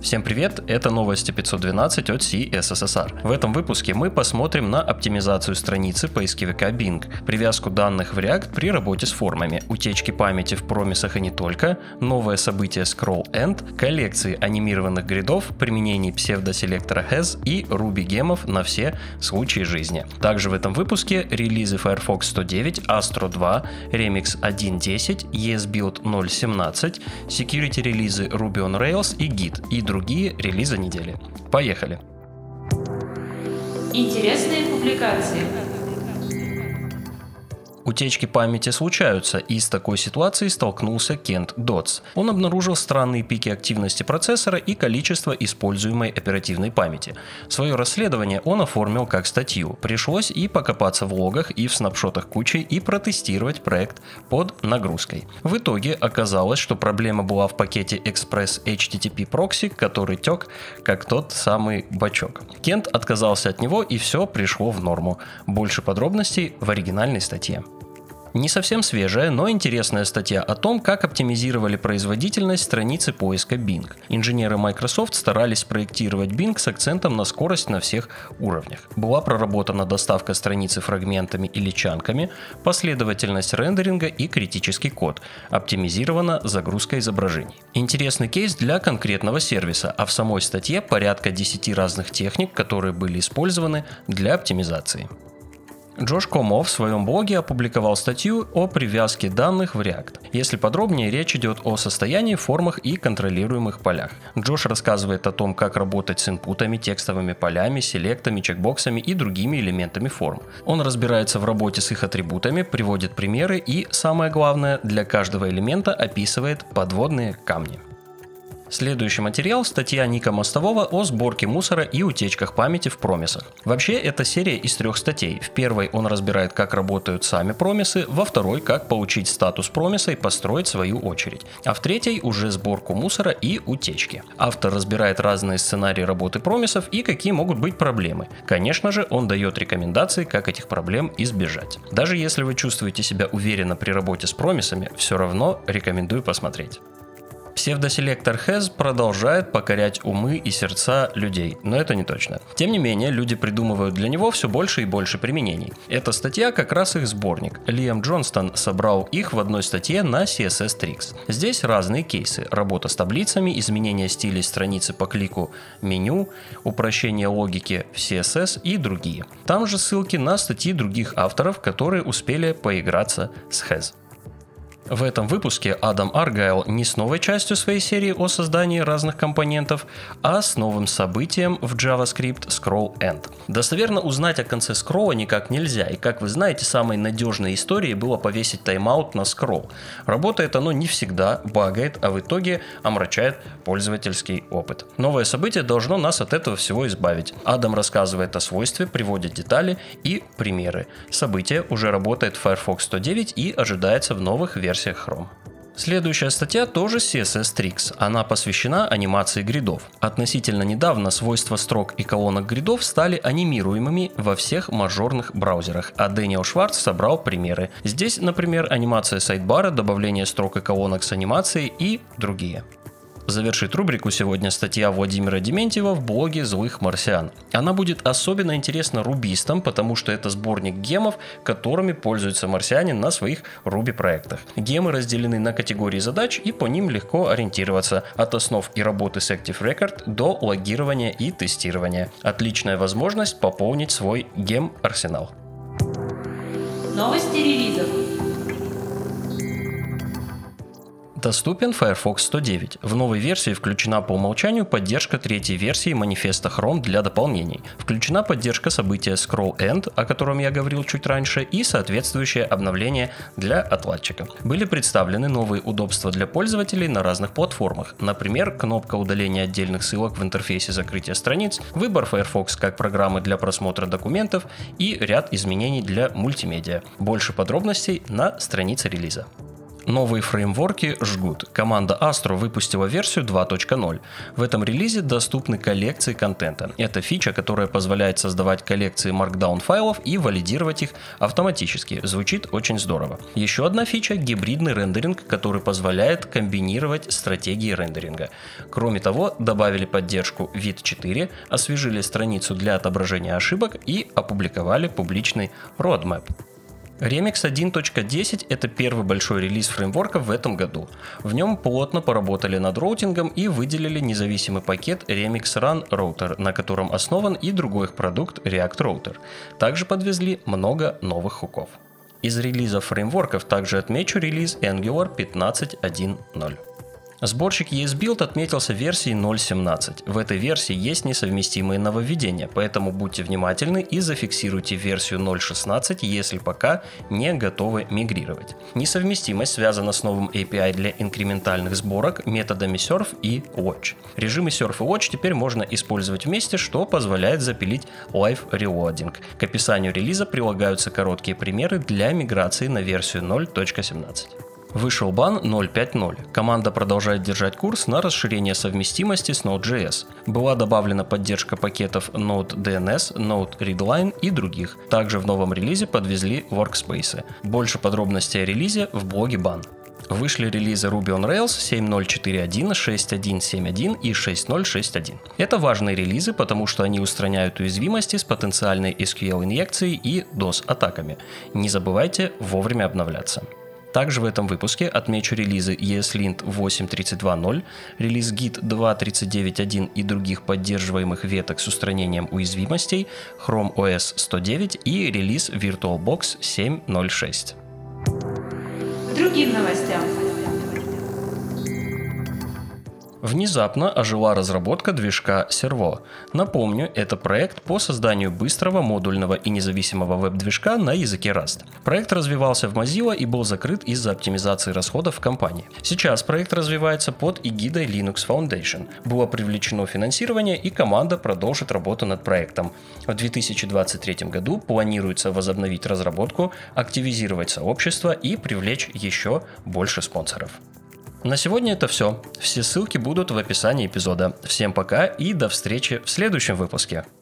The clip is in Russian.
Всем привет, это новости 512 от CSSR. В этом выпуске мы посмотрим на оптимизацию страницы поисковика Bing, привязку данных в React при работе с формами, утечки памяти в промисах и не только, новое событие Scroll-End, коллекции анимированных гридов, применение псевдоселектора Has и Ruby гемов на все случаи жизни. Также в этом выпуске релизы Firefox 109, Astro 2, Remix 1.10, ESBuild 0.17, security релизы Ruby on Rails и Git и другие релизы недели. Поехали! Интересные публикации. Утечки памяти случаются, и с такой ситуацией столкнулся Кент Дотс. Он обнаружил странные пики активности процессора и количество используемой оперативной памяти. Свое расследование он оформил как статью. Пришлось и покопаться в логах, и в снапшотах кучи, и протестировать проект под нагрузкой. В итоге оказалось, что проблема была в пакете Express HTTP Proxy, который тек как тот самый бачок. Кент отказался от него, и все пришло в норму. Больше подробностей в оригинальной статье. Не совсем свежая, но интересная статья о том, как оптимизировали производительность страницы поиска Bing. Инженеры Microsoft старались проектировать Bing с акцентом на скорость на всех уровнях. Была проработана доставка страницы фрагментами или чанками, последовательность рендеринга и критический код. Оптимизирована загрузка изображений. Интересный кейс для конкретного сервиса, а в самой статье порядка 10 разных техник, которые были использованы для оптимизации. Джош Комо в своем блоге опубликовал статью о привязке данных в React. Если подробнее, речь идет о состоянии, формах и контролируемых полях. Джош рассказывает о том, как работать с инпутами, текстовыми полями, селектами, чекбоксами и другими элементами форм. Он разбирается в работе с их атрибутами, приводит примеры и, самое главное, для каждого элемента описывает подводные камни. Следующий материал – статья Ника Мостового о сборке мусора и утечках памяти в промисах. Вообще, это серия из 3 статей. В первой он разбирает, как работают сами промисы, во второй – как получить статус промиса и построить свою очередь, а в третьей – уже сборку мусора и утечки. Автор разбирает разные сценарии работы промисов и какие могут быть проблемы. Конечно же, он дает рекомендации, как этих проблем избежать. Даже если вы чувствуете себя уверенно при работе с промисами, все равно рекомендую посмотреть. Псевдоселектор Has продолжает покорять умы и сердца людей, но это не точно. Тем не менее, люди придумывают для него все больше и больше применений. Эта статья как раз их сборник. Лиам Джонстон собрал их в одной статье на CSS Tricks. Здесь разные кейсы: работа с таблицами, изменение стилей страницы по клику меню, упрощение логики в CSS и другие. Там же ссылки на статьи других авторов, которые успели поиграться с Has. В этом выпуске Адам Аргайл не с новой частью своей серии о создании разных компонентов, а с новым событием в JavaScript Scroll-End. Достоверно узнать о конце скролла никак нельзя, и, как вы знаете, самой надежной историей было повесить тайм-аут на скролл. Работает оно не всегда, багает, а в итоге омрачает пользовательский опыт. Новое событие должно нас от этого всего избавить. Адам рассказывает о свойстве, приводит детали и примеры. Событие уже работает в Firefox 109 и ожидается в новых версиях Chrome. Следующая статья тоже CSS Tricks. Она посвящена анимации гридов. Относительно недавно свойства строк и колонок гридов стали анимируемыми во всех мажорных браузерах, а Дэниел Шварц собрал примеры. Здесь, например, анимация сайдбара, добавление строк и колонок с анимацией и другие. Завершит рубрику сегодня статья Владимира Дементьева в блоге «Злых марсиан». Она будет особенно интересна рубистам, потому что это сборник гемов, которыми пользуются марсиане на своих Ruby-проектах. Гемы разделены на категории задач, и по ним легко ориентироваться, от основ и работы с Active Record до логирования и тестирования. Отличная возможность пополнить свой гем-арсенал. Новости релизов. Доступен Firefox 109. В новой версии включена по умолчанию поддержка третьей версии манифеста Chrome для дополнений. Включена поддержка события Scroll-End, о котором я говорил чуть раньше, и соответствующее обновление для отладчика. Были представлены новые удобства для пользователей на разных платформах. Например, кнопка удаления отдельных ссылок в интерфейсе закрытия страниц, выбор Firefox как программы для просмотра документов и ряд изменений для мультимедиа. Больше подробностей на странице релиза. Новые фреймворки жгут. Команда Astro выпустила версию 2.0. В этом релизе доступны коллекции контента. Это фича, которая позволяет создавать коллекции Markdown файлов и валидировать их автоматически. Звучит очень здорово. Еще одна фича — гибридный рендеринг, который позволяет комбинировать стратегии рендеринга. Кроме того, добавили поддержку вид 4, освежили страницу для отображения ошибок и опубликовали публичный roadmap. Remix 1.10 — это первый большой релиз фреймворка в этом году. В нем плотно поработали над роутингом и выделили независимый пакет Remix Run Router, на котором основан и другой их продукт React Router. Также подвезли много новых хуков. Из релизов фреймворков также отмечу релиз Angular 15.1.0. Сборщик ESBuild отметился версией 0.17. В этой версии есть несовместимые нововведения, поэтому будьте внимательны и зафиксируйте версию 0.16, если пока не готовы мигрировать. Несовместимость связана с новым API для инкрементальных сборок методами Surf и Watch. Режимы Surf и Watch теперь можно использовать вместе, что позволяет запилить Live Reloading. К описанию релиза прилагаются короткие примеры для миграции на версию 0.17. Вышел бан 0.5.0. Команда продолжает держать курс на расширение совместимости с Node.js. Была добавлена поддержка пакетов Node.dns, Node.readline и других. Также в новом релизе подвезли workspace. Больше подробностей о релизе в блоге бан. Вышли релизы Ruby on Rails 7.0.4.1, 6.1.7.1 и 6.0.6.1. Это важные релизы, потому что они устраняют уязвимости с потенциальной SQL-инъекцией и DOS-атаками. Не забывайте вовремя обновляться. Также в этом выпуске отмечу релизы ESLint 8.32.0, релиз Git 2.39.1 и других поддерживаемых веток с устранением уязвимостей, Chrome OS 109 и релиз VirtualBox 7.0.6. К другим новостям. Внезапно ожила разработка движка Servo. Напомню, это проект по созданию быстрого, модульного и независимого веб-движка на языке Rust. Проект развивался в Mozilla и был закрыт из-за оптимизации расходов в компании. Сейчас проект развивается под эгидой Linux Foundation. Было привлечено финансирование, и команда продолжит работу над проектом. В 2023 году планируется возобновить разработку, активизировать сообщество и привлечь еще больше спонсоров. На сегодня это все. Все ссылки будут в описании эпизода. Всем пока и до встречи в следующем выпуске.